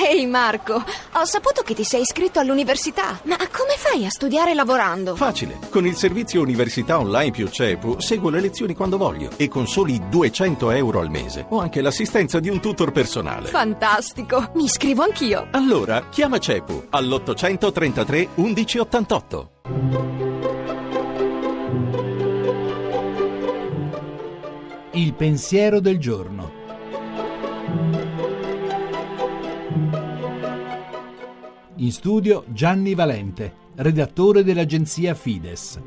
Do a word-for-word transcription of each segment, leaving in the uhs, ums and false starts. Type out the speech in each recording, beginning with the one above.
Ehi Marco, ho saputo che ti sei iscritto all'università. Ma come fai a studiare lavorando? Facile, con il servizio Università Online più CEPU seguo le lezioni quando voglio e con soli duecento euro al mese ho anche l'assistenza di un tutor personale. Fantastico, mi iscrivo anch'io. Allora chiama CEPU all'ottocentotrentatré undici ottantotto. Il pensiero del giorno. In studio Gianni Valente, redattore dell'agenzia Fides.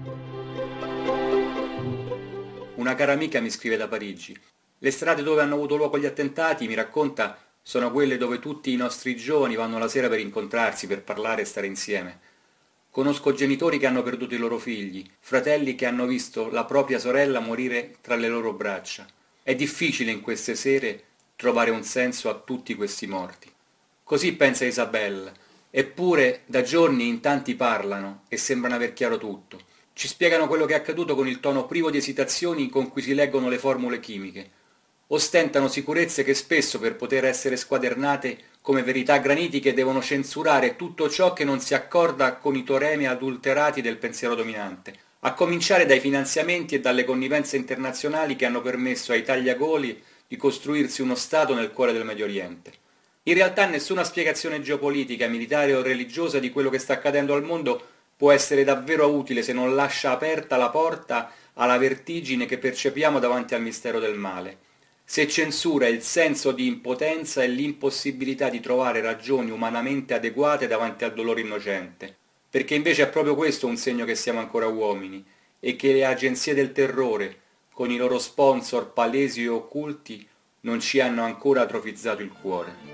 Una cara amica mi scrive da Parigi. Le strade dove hanno avuto luogo gli attentati, mi racconta, sono quelle dove tutti i nostri giovani vanno la sera per incontrarsi, per parlare e stare insieme. Conosco genitori che hanno perduto i loro figli, fratelli che hanno visto la propria sorella morire tra le loro braccia. È difficile in queste sere trovare un senso a tutti questi morti. Così pensa Isabelle. Eppure da giorni in tanti parlano e sembrano aver chiaro tutto. Ci spiegano quello che è accaduto con il tono privo di esitazioni con cui si leggono le formule chimiche. Ostentano sicurezze che spesso, per poter essere squadernate come verità granitiche, devono censurare tutto ciò che non si accorda con i teoremi adulterati del pensiero dominante, a cominciare dai finanziamenti e dalle connivenze internazionali che hanno permesso ai tagliagoli di costruirsi uno Stato nel cuore del Medio Oriente. In realtà nessuna spiegazione geopolitica, militare o religiosa di quello che sta accadendo al mondo può essere davvero utile se non lascia aperta la porta alla vertigine che percepiamo davanti al mistero del male. Se censura il senso di impotenza e l'impossibilità di trovare ragioni umanamente adeguate davanti al dolore innocente, perché invece è proprio questo un segno che siamo ancora uomini e che le agenzie del terrore, con i loro sponsor palesi e occulti, non ci hanno ancora atrofizzato il cuore.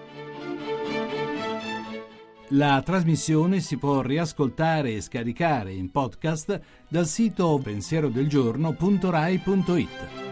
La trasmissione si può riascoltare e scaricare in podcast dal sito pensierodelgiorno punto rai punto it.